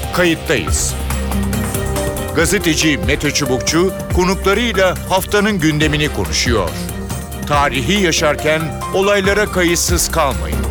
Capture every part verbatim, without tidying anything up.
Kayıttayız. Gazeteci Mete Çubukçu konuklarıyla haftanın gündemini konuşuyor. Tarihi yaşarken olaylara kayıtsız kalmayın.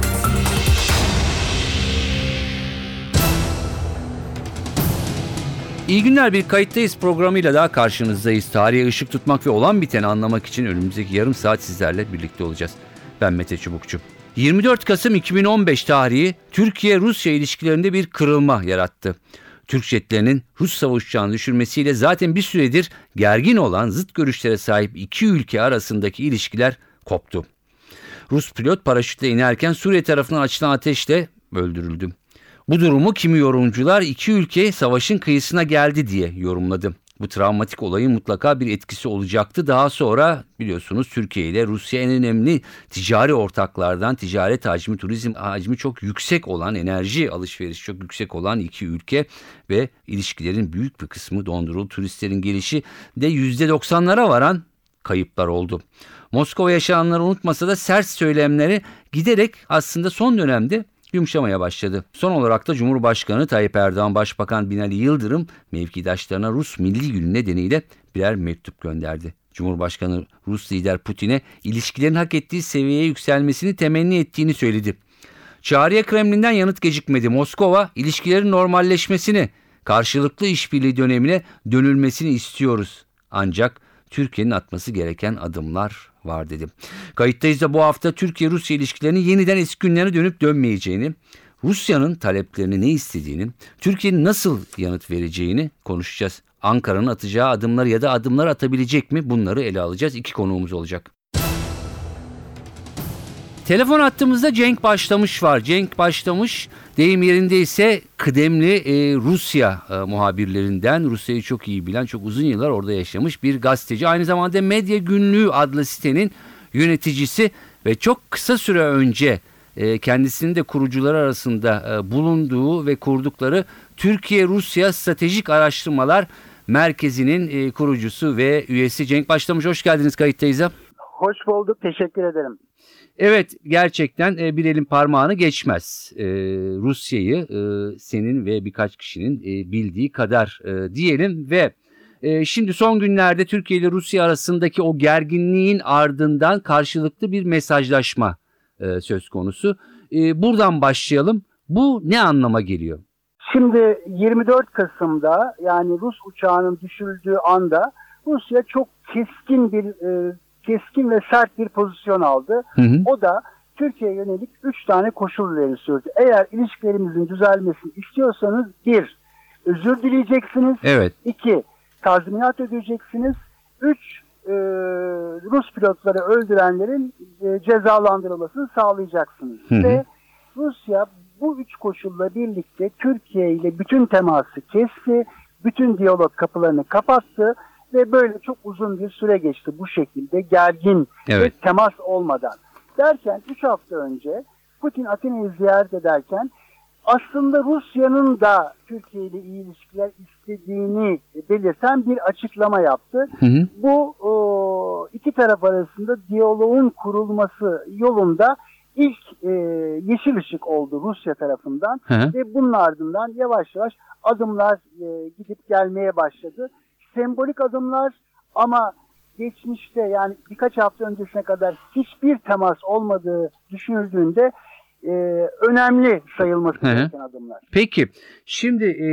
İyi günler, bir Kayıttayız programıyla daha karşınızdayız. Tarihe ışık tutmak ve olan biteni anlamak için önümüzdeki yarım saat sizlerle birlikte olacağız. Ben Mete Çubukçu. yirmi dört Kasım iki bin on beş tarihi Türkiye-Rusya ilişkilerinde bir kırılma yarattı. Türk jetlerinin Rus savaş uçağını düşürmesiyle zaten bir süredir gergin olan zıt görüşlere sahip iki ülke arasındaki ilişkiler koptu. Rus pilot paraşütle inerken Suriye tarafından açılan ateşle öldürüldü. Bu durumu kimi yorumcular iki ülke savaşın kıyısına geldi diye yorumladı. Bu travmatik olayın mutlaka bir etkisi olacaktı. Daha sonra biliyorsunuz Türkiye ile Rusya en önemli ticari ortaklardan, ticaret hacmi, turizm hacmi çok yüksek olan, enerji alışverişi çok yüksek olan iki ülke ve ilişkilerin büyük bir kısmı donduruldu. Turistlerin gelişi de yüzde doksanlara varan kayıplar oldu. Moskova yaşananları unutmasa da sert söylemleri giderek aslında son dönemde yumuşamaya başladı. Son olarak da Cumhurbaşkanı Tayyip Erdoğan, Başbakan Binali Yıldırım mevkidaşlarına Rus Milli Günü nedeniyle birer mektup gönderdi. Cumhurbaşkanı Rus lider Putin'e ilişkilerin hak ettiği seviyeye yükselmesini temenni ettiğini söyledi. Çağrıya Kremlin'den yanıt gecikmedi. Moskova ilişkilerin normalleşmesini, karşılıklı işbirliği dönemine dönülmesini istiyoruz. Ancak Türkiye'nin atması gereken adımlar var dedi. Kayıttayız da bu hafta Türkiye-Rusya ilişkilerinin yeniden eski günlerine dönüp dönmeyeceğini, Rusya'nın taleplerini ne istediğini, Türkiye'nin nasıl yanıt vereceğini konuşacağız. Ankara'nın atacağı adımları ya da adımlar atabilecek mi, bunları ele alacağız. İki konuğumuz olacak. Telefon hattımızda Cenk Başlamış var. Cenk Başlamış deyim yerindeyse kıdemli e, Rusya e, muhabirlerinden, Rusya'yı çok iyi bilen, çok uzun yıllar orada yaşamış bir gazeteci. Aynı zamanda Medya Günlüğü adlı sitenin yöneticisi ve çok kısa süre önce e, kendisinin de kurucuları arasında e, bulunduğu ve kurdukları Türkiye-Rusya Stratejik Araştırmalar Merkezi'nin e, kurucusu ve üyesi Cenk Başlamış. Hoş geldiniz Kayıttayız'a. Hoş bulduk, teşekkür ederim. Evet, gerçekten e, bir elin parmağını geçmez. E, Rusya'yı e, senin ve birkaç kişinin e, bildiği kadar e, diyelim ve e, şimdi son günlerde Türkiye ile Rusya arasındaki o gerginliğin ardından karşılıklı bir mesajlaşma e, söz konusu. E, buradan başlayalım. Bu ne anlama geliyor? Şimdi yirmi dört Kasım'da, yani Rus uçağının düşürüldüğü anda Rusya çok keskin bir e, keskin ve sert bir pozisyon aldı. Hı hı. O da Türkiye'ye yönelik üç tane koşul ileri sürdü. Eğer ilişkilerimizin düzelmesini istiyorsanız bir, özür dileyeceksiniz. Evet. İki, tazminat ödeyeceksiniz. Üç, e, Rus pilotları öldürenlerin e, cezalandırılmasını sağlayacaksınız. Hı hı. Ve Rusya bu üç koşulla birlikte Türkiye ile bütün teması kesti, bütün diyalog kapılarını kapattı. Ve böyle çok uzun bir süre geçti bu şekilde gergin evet. ve temas olmadan. Derken üç hafta önce Putin Atina'yı ziyaret ederken aslında Rusya'nın da Türkiye ile iyi ilişkiler istediğini belirten bir açıklama yaptı. Hı hı. Bu o, iki taraf arasında diyaloğun kurulması yolunda ilk e, yeşil ışık oldu Rusya tarafından. Hı hı. Ve bunun ardından yavaş yavaş adımlar e, gidip gelmeye başladı. Sembolik adımlar ama geçmişte, yani birkaç hafta öncesine kadar hiçbir temas olmadığı düşünüldüğünde e, önemli sayılması gereken adımlar. Peki şimdi e,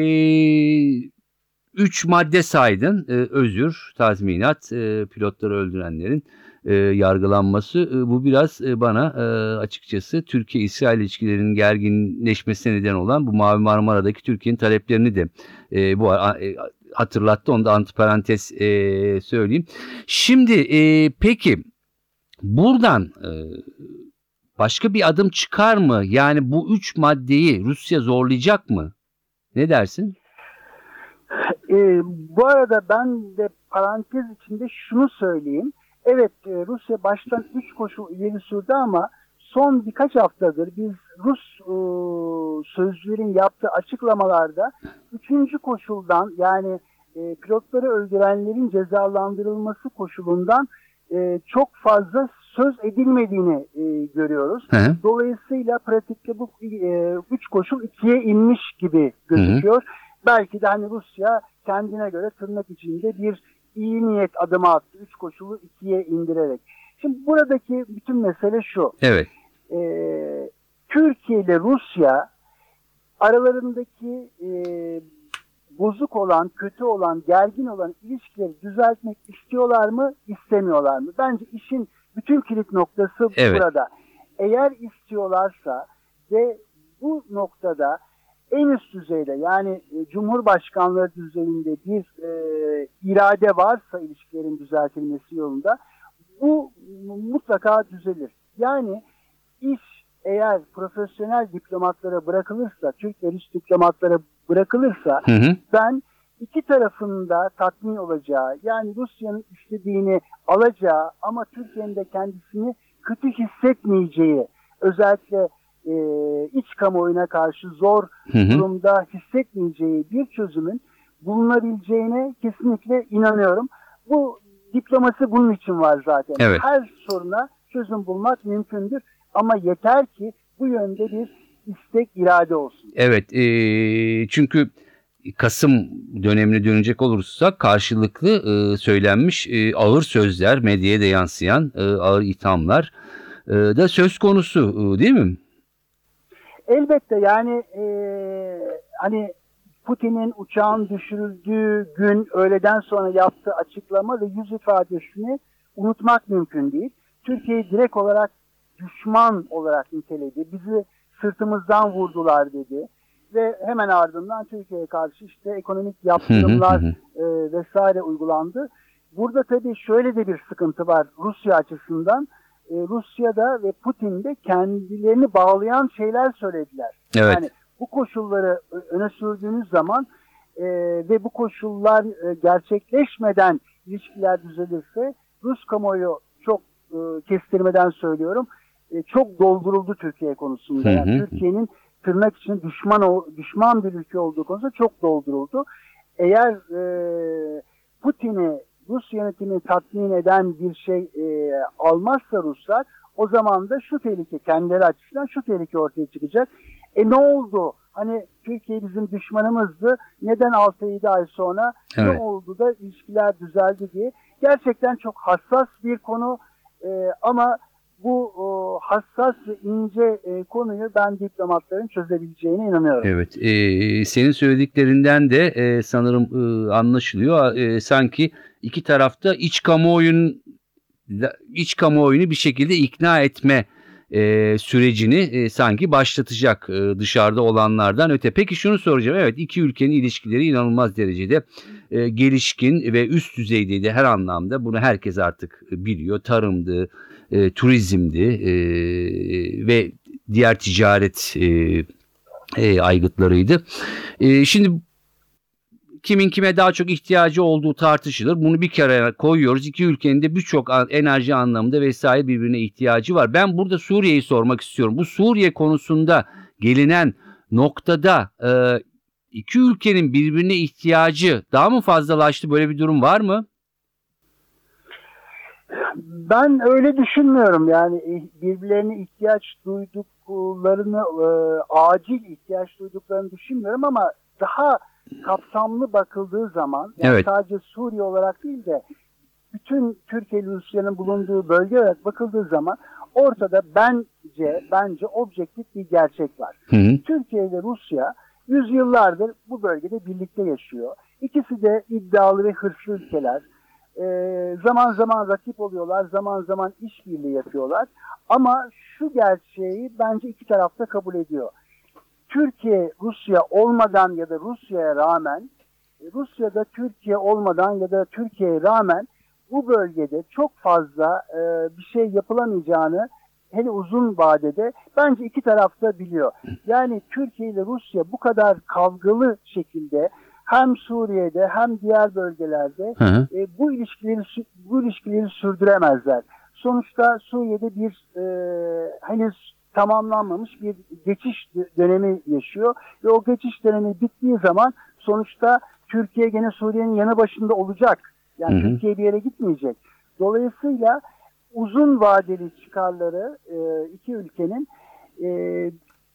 üç madde saydın. E, özür, tazminat, e, pilotları öldürenlerin e, yargılanması. E, bu biraz e, bana e, açıkçası Türkiye-İsrail ilişkilerinin gerginleşmesine neden olan bu Mavi Marmara'daki Türkiye'nin taleplerini de e, bu e, hatırlattı. Onu da antiparantez e, söyleyeyim. Şimdi e, peki buradan e, başka bir adım çıkar mı? Yani bu üç maddeyi Rusya zorlayacak mı? Ne dersin? E, bu arada ben de parantez içinde şunu söyleyeyim. Evet, e, Rusya baştan üç koşul ileri sürdü ama son birkaç haftadır biz Rus e, sözcülerin yaptığı açıklamalarda üçüncü koşuldan, yani e, pilotları öldürenlerin cezalandırılması koşulundan e, çok fazla söz edilmediğini e, görüyoruz. Hı hı. Dolayısıyla pratikte bu e, üç koşul ikiye inmiş gibi gözüküyor. Hı hı. belki de hani Rusya kendine göre tırnak içinde bir iyi niyet adımı attı. Üç koşulu ikiye indirerek. Şimdi buradaki bütün mesele şu. Evet. E, Türkiye ile Rusya aralarındaki e, bozuk olan, kötü olan, gergin olan ilişkileri düzeltmek istiyorlar mı, istemiyorlar mı? Bence işin bütün kilit noktası evet. burada. Eğer istiyorlarsa ve bu noktada en üst düzeyde, yani e, Cumhurbaşkanlığı düzeyinde bir e, irade varsa ilişkilerin düzeltilmesi yolunda, bu mutlaka düzelir. Yani iş eğer profesyonel diplomatlara bırakılırsa, Türk ve Rus diplomatlara bırakılırsa, hı hı. ben iki tarafın da tatmin olacağı, yani Rusya'nın istediğini alacağı ama Türkiye'nin de kendisini kötü hissetmeyeceği, özellikle e, iç kamuoyuna karşı zor hı hı. durumda hissetmeyeceği bir çözümün bulunabileceğine kesinlikle inanıyorum. Bu diplomasi bunun için var zaten. Evet. Her soruna çözüm bulmak mümkündür ama yeter ki bu yönde bir istek, irade olsun. Evet, e, çünkü Kasım dönemine dönecek olursak karşılıklı e, söylenmiş e, ağır sözler, medyaya da yansıyan e, ağır ithamlar e, da söz konusu e, değil mi? Elbette, yani e, hani Putin'in uçağın düşürüldüğü gün öğleden sonra yaptığı açıklama ve yüz ifadesini unutmak mümkün değil. Türkiye'yi direkt olarak düşman olarak niteledi. Bizi sırtımızdan vurdular dedi. Ve hemen ardından Türkiye'ye karşı işte ekonomik yaptırımlar e, vesaire uygulandı. Burada tabii şöyle de bir sıkıntı var Rusya açısından. E, Rusya'da ve Putin'de kendilerini bağlayan şeyler söylediler. Evet. Yani bu koşulları öne sürdüğünüz zaman e, ve bu koşullar e, gerçekleşmeden ilişkiler düzelirse, Rus kamuoyu çok e, kestirmeden söylüyorum, e, çok dolduruldu Türkiye konusunda. Yani Türkiye'nin tırnak için düşman o, düşman bir ülke olduğu konusunda çok dolduruldu. Eğer e, Putin'i, Rus yönetimini tatmin eden bir şey e, almazsa Ruslar, o zaman da şu tehlike, kendileri açısından şu tehlike ortaya çıkacak. E ne oldu? Hani Türkiye bizim düşmanımızdı. Neden altı yedi ay sonra evet. ne oldu da ilişkiler düzeldi diye. Gerçekten çok hassas bir konu e, ama bu o, hassas ve ince e, konuyu ben diplomatların çözebileceğine inanıyorum. Evet, e, senin söylediklerinden de e, sanırım e, anlaşılıyor. E, sanki iki tarafta iç kamuoyun iç kamuoyunu bir şekilde ikna etme e, sürecini e, sanki başlatacak e, dışarıda olanlardan öte. Peki şunu soracağım. Evet, iki ülkenin ilişkileri inanılmaz derecede e, gelişkin ve üst düzeydeydi her anlamda. Bunu herkes artık biliyor. Tarımdı, e, turizmdi e, ve diğer ticaret e, e, aygıtlarıydı. E, şimdi kimin kime daha çok ihtiyacı olduğu tartışılır. Bunu bir kere koyuyoruz. İki ülkenin de birçok enerji anlamında vesaire birbirine ihtiyacı var. Ben burada Suriye'yi sormak istiyorum. Bu Suriye konusunda gelinen noktada e, iki ülkenin birbirine ihtiyacı daha mı fazlalaştı? Böyle bir durum var mı? Ben öyle düşünmüyorum. Yani birbirlerine ihtiyaç duyduklarını, e, acil ihtiyaç duyduklarını düşünmüyorum ama daha kapsamlı bakıldığı zaman, yani evet. sadece Suriye olarak değil de bütün Türkiye ile Rusya'nın bulunduğu bölge olarak bakıldığı zaman ortada bence bence objektif bir gerçek var. Hı hı. Türkiye ile Rusya yüzyıllardır bu bölgede birlikte yaşıyor. İkisi de iddialı ve hırslı ülkeler. Ee, zaman zaman rakip oluyorlar, zaman zaman işbirliği yapıyorlar. Ama şu gerçeği bence iki taraf da kabul ediyor. Türkiye, Rusya olmadan ya da Rusya'ya rağmen, Rusya'da Türkiye olmadan ya da Türkiye'ye rağmen bu bölgede çok fazla e, bir şey yapılamayacağını, hele uzun vadede bence iki taraf da biliyor. Yani Türkiye ile Rusya bu kadar kavgalı şekilde hem Suriye'de hem diğer bölgelerde hı hı. E, bu ilişkileri bu ilişkileri sürdüremezler. Sonuçta Suriye'de bir e, henüz tamamlanmamış bir geçiş dönemi yaşıyor ve o geçiş dönemi bittiği zaman sonuçta Türkiye gene Suriye'nin yanı başında olacak. Yani hı hı. Türkiye bir yere gitmeyecek. Dolayısıyla uzun vadeli çıkarları e, iki ülkenin e,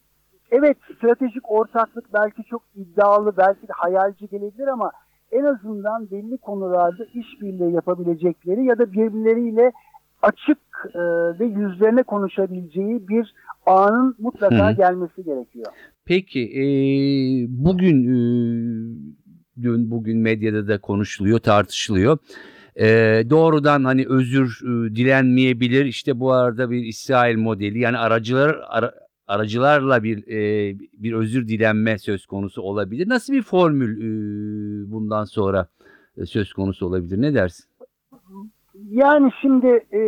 evet, stratejik ortaklık belki çok iddialı, belki de hayalci gelebilir ama en azından belli konularda işbirliği yapabilecekleri ya da birbirleriyle açık e, ve yüzlerine konuşabileceği bir anın mutlaka Hı. gelmesi gerekiyor. Peki e, bugün e, dün bugün medyada da konuşuluyor, tartışılıyor. E, doğrudan hani özür e, dilenmeyebilir. İşte bu arada bir İsrail modeli, yani aracılar ara, aracılarla bir e, bir özür dilenme söz konusu olabilir. Nasıl bir formül e, bundan sonra e, söz konusu olabilir? Ne dersin? Yani şimdi e,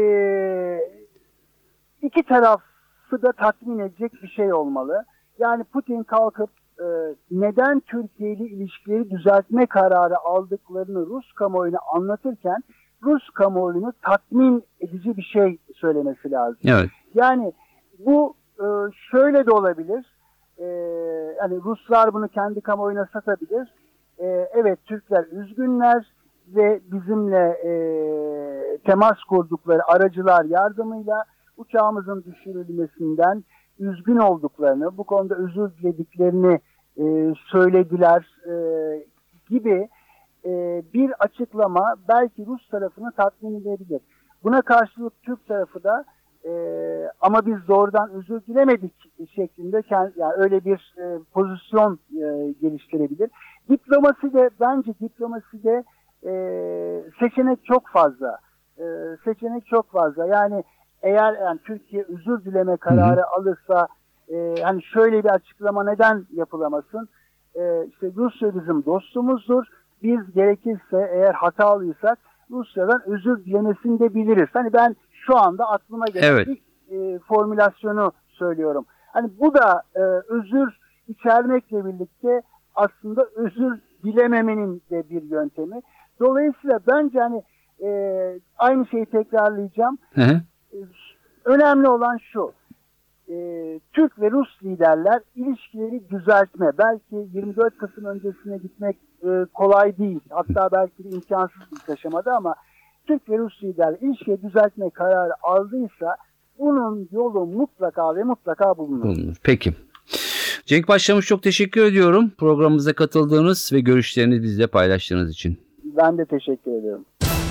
iki tarafı da tatmin edecek bir şey olmalı. Yani Putin kalkıp e, neden Türkiye ile ilişkileri düzeltme kararı aldıklarını Rus kamuoyuna anlatırken Rus kamuoyunu tatmin edici bir şey söylemesi lazım. Evet. Yani bu e, şöyle de olabilir. E, yani Ruslar bunu kendi kamuoyuna satabilir. E, evet, Türkler üzgünler ve bizimle e, temas kurdukları aracılar yardımıyla uçağımızın düşürülmesinden üzgün olduklarını, bu konuda özür dilediklerini e, söylediler e, gibi e, bir açıklama belki Rus tarafını tatmin edebilir. Buna karşılık Türk tarafı da e, ama biz doğrudan özür dilemedik şeklinde kendi, yani öyle bir e, pozisyon e, geliştirebilir. Diplomasi de bence diplomasi de e, seçenek çok fazla. E, seçenek çok fazla. Yani eğer yani Türkiye özür dileme kararı hı hı. alırsa e, hani şöyle bir açıklama neden yapılamasın? E, işte Rusya bizim dostumuzdur. Biz gerekirse eğer hatalıysak Rusya'dan özür dilemesini de biliriz. Hani ben şu anda aklıma gelen evet. ilk e, formülasyonu söylüyorum. Hani bu da e, özür içermekle birlikte aslında özür dilememenin de bir yöntemi. Dolayısıyla bence hani e, aynı şeyi tekrarlayacağım. Hı hı. E, önemli olan şu. E, Türk ve Rus liderler ilişkileri düzeltme. Belki yirmi dört Kasım öncesine gitmek e, kolay değil. Hatta belki de imkansız bir aşamada ama Türk ve Rus liderler ilişkileri düzeltme kararı aldıysa bunun yolu mutlaka ve mutlaka bulunur. Bulunur. Peki. Cenk Başlamış, çok teşekkür ediyorum programımıza katıldığınız ve görüşlerinizi bizle paylaştığınız için. Ben de teşekkür ediyorum.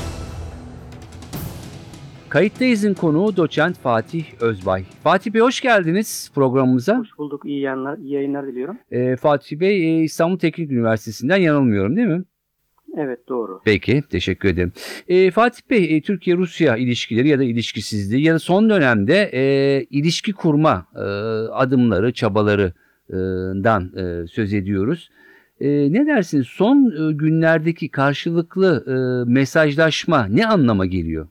Kayıttayız'ın konuğu doçent Fatih Özbay. Fatih Bey, hoş geldiniz programımıza. Hoş bulduk. İyi yayınlar, iyi yayınlar diliyorum. Ee, Fatih Bey İstanbul Teknik Üniversitesi'nden, yanılmıyorum değil mi? Evet, doğru. Peki, teşekkür ederim. Ee, Fatih Bey, e, Türkiye-Rusya ilişkileri ya da ilişkisizliği ya da son dönemde e, ilişki kurma e, adımları, çabalarından e, söz ediyoruz. E, ne dersiniz? Son e, günlerdeki karşılıklı e, mesajlaşma ne anlama geliyor?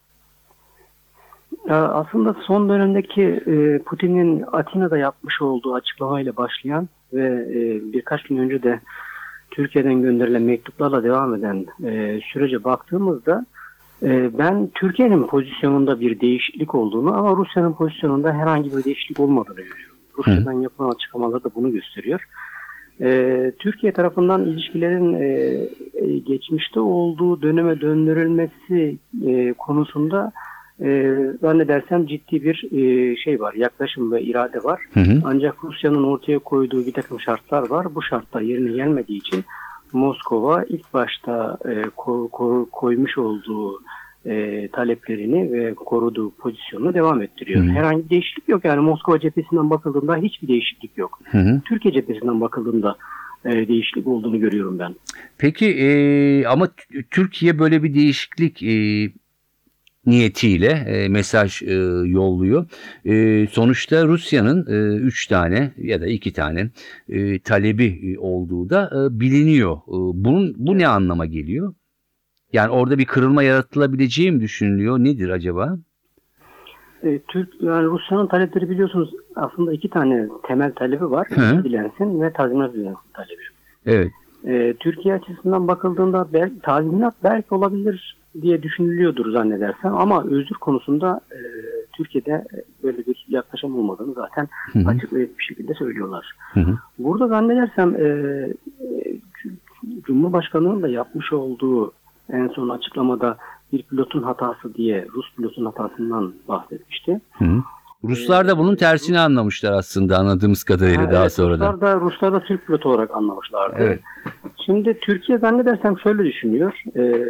Aslında son dönemdeki Putin'in Atina'da yapmış olduğu açıklamayla başlayan ve birkaç gün önce de Türkiye'den gönderilen mektuplarla devam eden sürece baktığımızda ben Türkiye'nin pozisyonunda bir değişiklik olduğunu ama Rusya'nın pozisyonunda herhangi bir değişiklik olmadığını görüyorum. Rusya'dan yapılan açıklamalar da bunu gösteriyor. Türkiye tarafından ilişkilerin geçmişte olduğu döneme döndürülmesi konusunda Ee, zannedersem ciddi bir e, şey var, yaklaşım ve irade var. Hı hı. Ancak Rusya'nın ortaya koyduğu bir takım şartlar var. Bu şartlar yerine gelmediği için Moskova ilk başta e, ko- ko- koymuş olduğu e, taleplerini ve koruduğu pozisyonunu devam ettiriyor. Hı hı. Herhangi bir değişiklik yok. Yani Moskova cephesinden bakıldığında hiçbir değişiklik yok. Hı hı. Türkiye cephesinden bakıldığında e, değişiklik olduğunu görüyorum ben. Peki e, ama t- Türkiye böyle bir değişiklik e, niyetiyle e, mesaj e, yolluyor. E, sonuçta Rusya'nın e, üç tane ya da iki tane e, talebi olduğu da e, biliniyor. E, bunun bu ne anlama geliyor? Yani orada bir kırılma yaratılabileceği mi düşünülüyor? Nedir acaba? E, Türk yani Rusya'nın talepleri biliyorsunuz aslında iki tane temel talebi var. Dilensin ve tazminat dilensin talebi. Evet. E, Türkiye açısından bakıldığında belki, tazminat belki olabilir diye düşünülüyordur zannedersem ama özür konusunda e, Türkiye'de böyle bir yaklaşım olmadığını zaten hı hı. açık ve bir şekilde söylüyorlar. Hı hı. Burada zannedersem e, e, Cumhurbaşkanı'nın da yapmış olduğu en son açıklamada bir pilotun hatası diye Rus pilotun hatasından bahsetmişti. Hı hı. Ruslar da bunun tersini anlamışlar aslında anladığımız kadarıyla Ha, daha evet, sonradan. Ruslar da, Ruslar da Türk pilotu olarak anlamışlardı. Evet. Şimdi Türkiye zannedersem şöyle düşünüyor. E,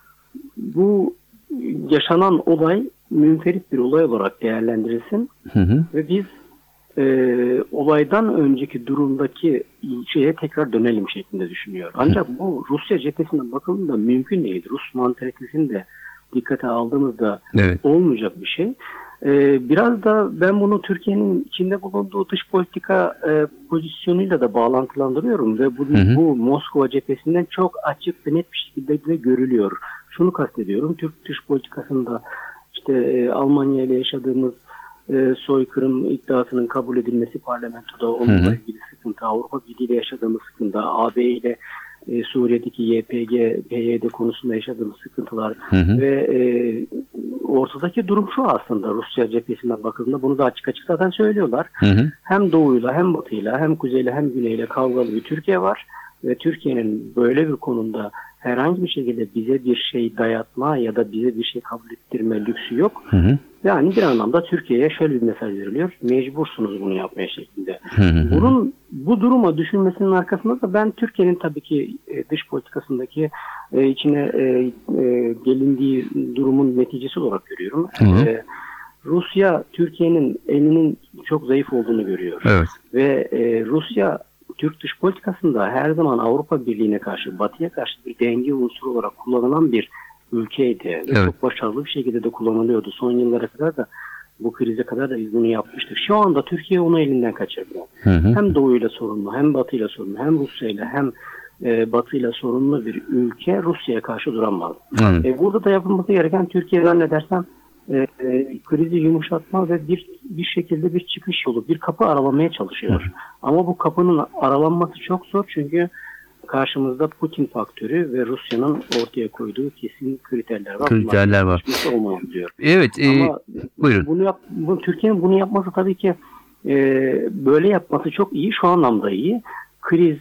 bu yaşanan olay münferit bir olay olarak değerlendirilsin. Hı hı. Ve biz e, olaydan önceki durumdaki şeye tekrar dönelim şeklinde düşünüyor. Ancak bu Rusya cephesinden bakıldığında mümkün değil. Rus mantalitesini de dikkate aldığımızda Evet. olmayacak bir şey. E, biraz da ben bunu Türkiye'nin içinde bulunduğu dış politika e, pozisyonuyla da bağlantılandırıyorum ve bu, Hı hı. bu Moskova cephesinden çok açık ve net bir şekilde de görülüyor. Şunu kastediyorum. Türk dış politikasında işte e, Almanya ile yaşadığımız e, soykırım iddiasının kabul edilmesi parlamentoda, onunla ilgili sıkıntı, Avrupa Birliği ile yaşadığımız sıkıntı, A B ile e, Suriye'deki Y P G, P Y D konusunda yaşadığımız sıkıntılar Hı hı. ve e, ortadaki durum şu aslında Rusya cephesinden bakıldığında bunu da açık açık zaten söylüyorlar. Hı hı. Hem doğuyla hem batıyla hem kuzeyle hem güneyle kavgalı bir Türkiye var ve Türkiye'nin böyle bir konumda herhangi bir şekilde bize bir şey dayatma ya da bize bir şey kabul ettirme lüksü yok. Hı hı. Yani bir anlamda Türkiye'ye şöyle bir mesaj veriliyor. Mecbursunuz bunu yapmaya şeklinde. Hı hı. Bunun bu duruma düşünmesinin arkasında da ben Türkiye'nin tabii ki e, dış politikasındaki e, içine e, e, gelindiği durumun neticesi olarak görüyorum. Hı hı. E, Rusya Türkiye'nin elinin çok zayıf olduğunu görüyor. Evet. Ve e, Rusya Türk dış politikasında her zaman Avrupa Birliği'ne karşı, Batı'ya karşı bir denge unsuru olarak kullanılan bir ülkeydi. Ve Evet. çok başarılı bir şekilde de kullanılıyordu. Son yıllara kadar da bu krize kadar da biz bunu yapmıştık. Şu anda Türkiye onu elinden kaçırdı. Hı hı. Hem Doğu'yla sorunlu, hem Batı'yla sorunlu, hem Rusya'yla hem e, Batı'yla sorunlu bir ülke Rusya'ya karşı duramaz. Anladım. E, burada da yapılması gereken Türkiye zannedersem e, e, krizi yumuşatma ve bir bir şekilde bir çıkış yolu, bir kapı aralamaya çalışıyor. Hı. Ama bu kapının aralanması çok zor çünkü karşımızda Putin faktörü ve Rusya'nın ortaya koyduğu kesin kriterler var. Kriterler var. Bunlar olmaz diyor. Evet. E, Ama buyurun. bunu yap, bu, Türkiye'nin bunu yapması tabii ki e, böyle yapması çok iyi. Şu anlamda iyi. Kriz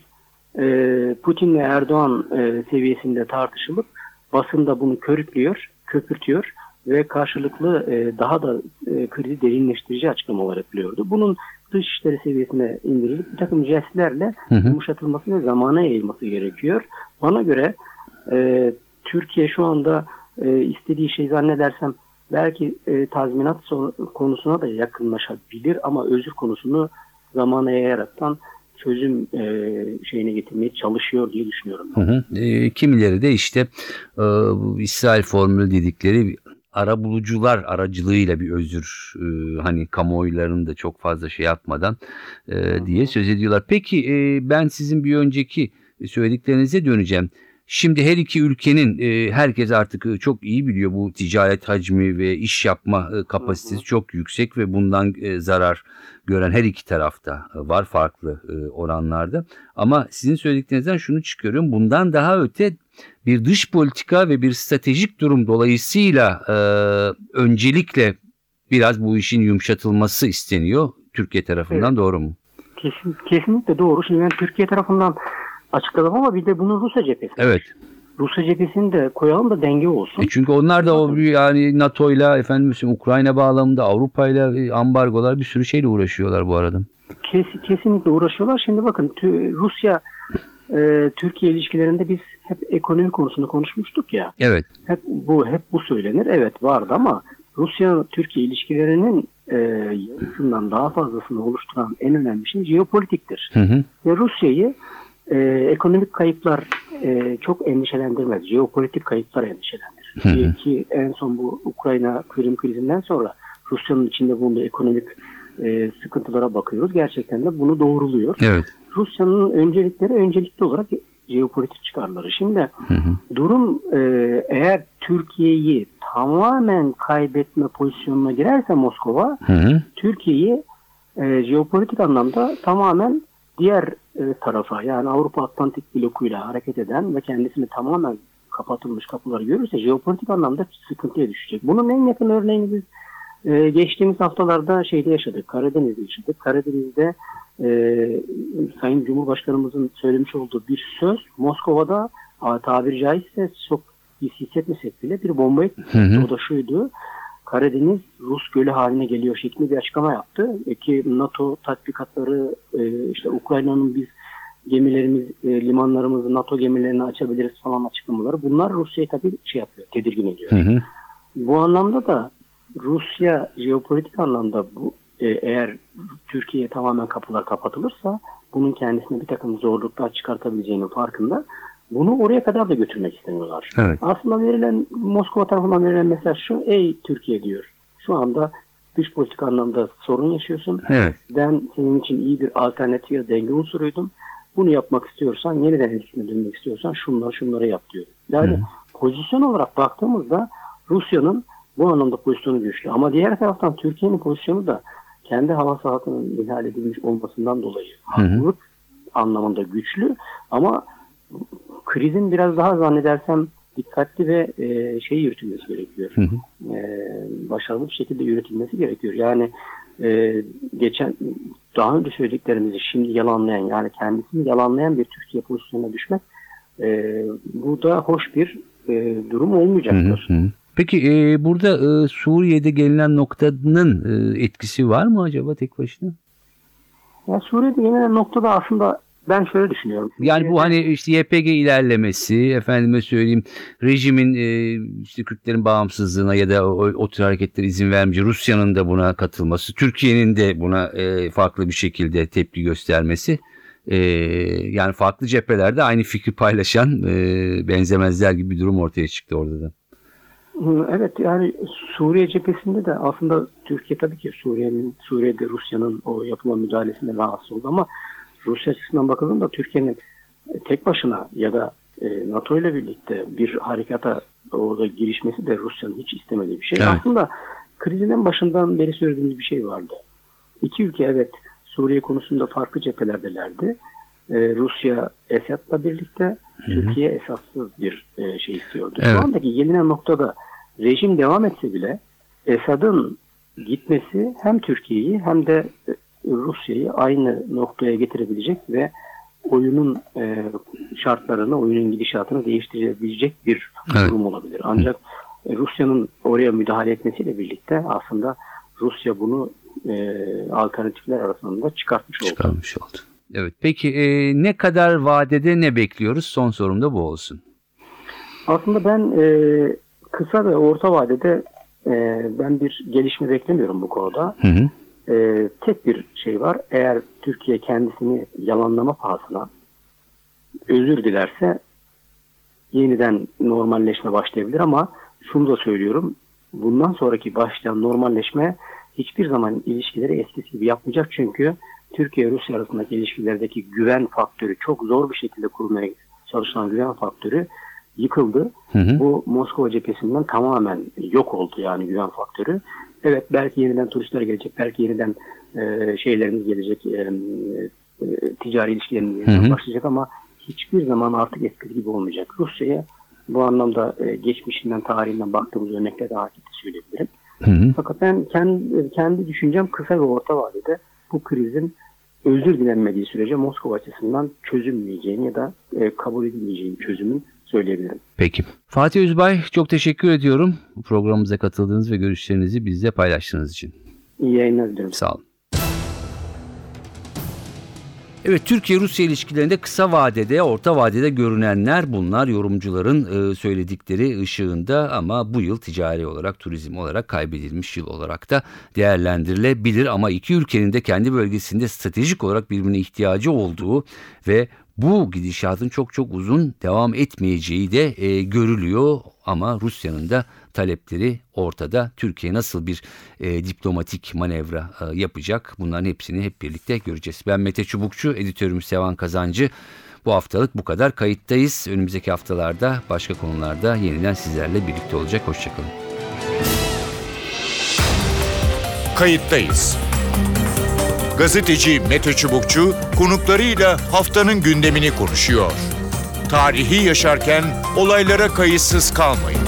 e, Putin ve Erdoğan e, seviyesinde tartışılıp basında bunu körüklüyor, köpürtüyor ve karşılıklı e, daha da e, krizi derinleştirici açıklamalar yapılıyordu. Bunun dışişleri seviyesine indirilip bir takım jestlerle Hı hı. yumuşatılması ve zamana yayılması gerekiyor. Bana göre e, Türkiye şu anda e, istediği şey zannedersem belki e, tazminat so- konusuna da yakınlaşabilir ama özür konusunu zamana yayaraktan çözüm e, şeyine getirmeye çalışıyor diye düşünüyorum. Hı hı. E, kimileri de işte e, bu İsrail formülü dedikleri arabulucular aracılığıyla bir özür e, hani kamuoylarını da çok fazla şey yapmadan e, diye söz ediyorlar. Peki e, ben sizin bir önceki söylediklerinize döneceğim. Şimdi her iki ülkenin e, herkes artık e, çok iyi biliyor bu ticaret hacmi ve iş yapma e, kapasitesi Hı hı. çok yüksek ve bundan e, zarar gören her iki tarafta e, var farklı e, oranlarda. Ama sizin söylediklerinizden şunu çıkarıyorum. Bundan daha öte bir dış politika ve bir stratejik durum dolayısıyla e, öncelikle biraz bu işin yumuşatılması isteniyor Türkiye tarafından, Evet. doğru mu? Kesin, kesinlikle doğru. Şimdi ben Türkiye tarafından açıkladım ama bir de bunun Rusya cephesi. Evet. Rusya cephesini de koyalım da denge olsun. E çünkü onlar da o yani NATO'yla efendim Ukrayna bağlamında Avrupa'yla ambargolar bir sürü şeyle uğraşıyorlar bu arada. Kes, kesinlikle uğraşıyorlar. Şimdi bakın tü- Rusya e, Türkiye ilişkilerinde biz hep ekonomi konusunu konuşmuştuk ya. Evet. Hep bu hep bu söylenir. Evet vardı ama Rusya Türkiye ilişkilerinin e, yarısından daha fazlasını oluşturan en önemli şey jeopolitiktir. Hı hı. Ve Rusya'yı e, ekonomik kayıplar e, çok endişelendirmez. Jeopolitik kayıplar endişelendirir. Hı hı. Ki en son bu Ukrayna Kırım krizinden sonra Rusya'nın içinde bulunduğu ekonomik e, sıkıntılara bakıyoruz. Gerçekten de bunu doğruluyor. Evet. Rusya'nın öncelikleri öncelikli olarak jeopolitik çıkarları. Şimdi Hı hı. durum e, eğer Türkiye'yi tamamen kaybetme pozisyonuna girerse Moskova, Hı hı. Türkiye'yi e, jeopolitik anlamda tamamen diğer e, tarafa yani Avrupa Atlantik blokuyla hareket eden ve kendisini tamamen kapatılmış kapıları görürse jeopolitik anlamda sıkıntıya düşecek. Bunun en yakın örneğini biz e, geçtiğimiz haftalarda şeyde yaşadık. Karadeniz'de yaşadık. Karadeniz'de e, Sayın Cumhurbaşkanımızın söylemiş olduğu bir söz Moskova'da tabiri caizse çok biz hissetmesek bile bir bomba etmiş. Hı hı. O da şuydu. Karadeniz Rus gölü haline geliyor şeklinde bir açıklama yaptı. E ki NATO tatbikatları, e, işte Ukrayna'nın biz gemilerimiz, e, limanlarımızı NATO gemilerini açabiliriz falan açıklamaları. Bunlar Rusya'yı tabii şey yapıyor, tedirgin ediyor. Hı hı. Bu anlamda da Rusya jeopolitik anlamda bu e, eğer Türkiye'ye tamamen kapılar kapatılırsa bunun kendisine bir takım zorluklar çıkartabileceğinin farkında. Bunu oraya kadar da götürmek istemiyorlar. Evet. Aslında verilen, Moskova tarafından verilen mesaj şu: ey Türkiye diyor, şu anda dış politik anlamda sorun yaşıyorsun. Evet. Ben senin için iyi bir alternatif ya denge unsuruydum. Bunu yapmak istiyorsan, yeniden ilişkine dönmek istiyorsan şunları şunları yap diyor. Yani Hı. pozisyon olarak baktığımızda Rusya'nın bu anlamda pozisyonu güçlü. Ama diğer taraftan Türkiye'nin pozisyonu da kendi hava sahatının ihlal edilmiş olmasından dolayı haklılık anlamında güçlü. Ama krizin biraz daha zannedersem dikkatli ve e, şey yürütülmesi gerekiyor. Hı hı. E, başarılı bir şekilde yürütülmesi gerekiyor. Yani e, geçen daha önce söylediklerimizi şimdi yalanlayan, yani kendisini yalanlayan bir Türkiye pozisyonuna düşmek e, bu da hoş bir e, durum olmayacaktır. Hı hı. Peki e, burada e, Suriye'de gelinen noktanın e, etkisi var mı acaba tek başına? Ya Suriye'de gelinen noktada aslında ben şöyle düşünüyorum. Yani bu hani işte Y P G ilerlemesi, efendime söyleyeyim, rejimin e, işte Kürtlerin bağımsızlığına ya da o, o tür hareketlere izin vermeyince Rusya'nın da buna katılması, Türkiye'nin de buna e, farklı bir şekilde tepki göstermesi, e, yani farklı cephelerde aynı fikri paylaşan e, benzemezler gibi bir durum ortaya çıktı orada da. Evet, yani Suriye cephesinde de aslında Türkiye tabii ki Suriye'nin, Suriye'de Rusya'nın o yapılan müdahalesinde rahatsız oldu ama Rusya açısından bakıldığında Türkiye'nin tek başına ya da NATO ile birlikte bir harekata orada girişmesi de Rusya'nın hiç istemediği bir şey. Evet. Aslında krizin en başından beri söylediğimiz bir şey vardı. İki ülke evet Suriye konusunda farklı cephelerdelerdi. Rusya Esad'la birlikte, Hı-hı. Türkiye Esad'sız bir şey istiyordu. Evet. Şu andaki gelinen noktada rejim devam etse bile Esad'ın gitmesi hem Türkiye'yi hem de Rusya'yı aynı noktaya getirebilecek ve oyunun e, şartlarını, oyunun gidişatını değiştirebilecek bir evet. durum olabilir. Ancak e, Rusya'nın oraya müdahale etmesiyle birlikte aslında Rusya bunu e, alternatifler arasında çıkartmış oldu. Çıkarmış oldu. Evet. Peki e, ne kadar vadede ne bekliyoruz? Son sorum da bu olsun. Aslında ben e, kısa ve orta vadede e, ben bir gelişme beklemiyorum bu konuda. Hı hı. Ee, tek bir şey var. Eğer Türkiye kendisini yalanlama pahasına özür dilerse yeniden normalleşme başlayabilir ama şunu da söylüyorum. Bundan sonraki başlayan normalleşme hiçbir zaman ilişkileri eskisi gibi yapmayacak. Çünkü Türkiye-Rusya arasındaki ilişkilerdeki güven faktörü, çok zor bir şekilde kurulmaya çalışılan güven faktörü yıkıldı. Hı hı. Bu Moskova cephesinden tamamen yok oldu, yani güven faktörü. Evet, belki yeniden turistler gelecek, belki yeniden e, şeylerimiz gelecek, e, e, ticari ilişkilerimiz yeniden başlayacak ama hiçbir zaman artık eskisi gibi olmayacak. Rusya'ya bu anlamda e, geçmişinden, tarihinden baktığımız örnekle daha hakikati söyleyebilirim. Hı hı. Fakat ben kendi, kendi düşüncem kısa ve orta vadede bu krizin özür dilenmediği sürece Moskova açısından çözülmeyeceğini ya da e, kabul edilmeyeceğini çözümün söyleyebilirim. Peki. Fatih Özbay, çok teşekkür ediyorum programımıza katıldığınız ve görüşlerinizi bizle paylaştığınız için. İyi yayınlar dilerim. Sağ olun. Evet, Türkiye-Rusya ilişkilerinde kısa vadede, orta vadede görünenler bunlar, yorumcuların söyledikleri ışığında, ama bu yıl ticari olarak, turizm olarak kaybedilmiş yıl olarak da değerlendirilebilir. Ama iki ülkenin de kendi bölgesinde stratejik olarak birbirine ihtiyacı olduğu ve bu gidişatın çok çok uzun devam etmeyeceği de e, görülüyor. Ama Rusya'nın da talepleri ortada. Türkiye nasıl bir e, diplomatik manevra e, yapacak? Bunların hepsini hep birlikte göreceğiz. Ben Mete Çubukçu, editörümüz Sevan Kazancı. Bu haftalık bu kadar. Kayıttayız. Önümüzdeki haftalarda başka konularda yeniden sizlerle birlikte olacak. Hoşçakalın. Kayıttayız. Gazeteci Mete Çubukçu konuklarıyla haftanın gündemini konuşuyor. Tarihi yaşarken olaylara kayıtsız kalmayın.